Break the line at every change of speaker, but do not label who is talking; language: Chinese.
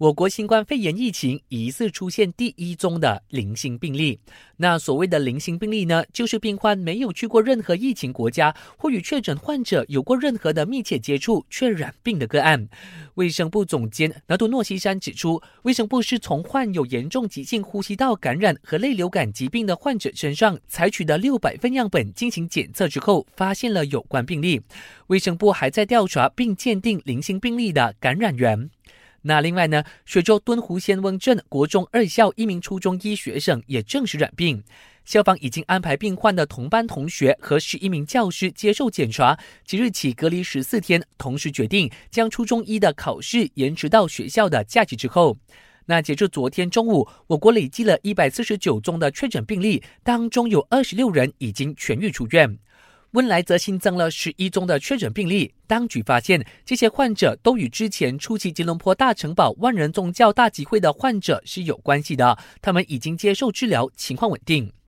我国新冠肺炎疫情疑似出现第一宗的零星病例。那所谓的零星病例呢，就是病患没有去过任何疫情国家，或与确诊患者有过任何的密切接触却染病的个案。卫生部总监拿督诺西山指出，卫生部是从患有严重急性呼吸道感染和类流感疾病的患者身上采取的600份样本进行检测之后，发现了有关病例。卫生部还在调查并鉴定零星病例的感染源。那另外呢，雪州敦湖仙翁镇国中2校一名初中医学生也证实染病，校方已经安排病患的同班同学和11名教师接受检查，即日起隔离14天，同时决定将初中医的考试延迟到学校的假期之后。那截至昨天中午，我国累计了149宗的确诊病例，当中有26人已经痊愈出院。温莱则新增了11宗的确诊病例，当局发现这些患者都与之前出席吉隆坡大城堡万人宗教大集会的患者是有关系的，他们已经接受治疗，情况稳定。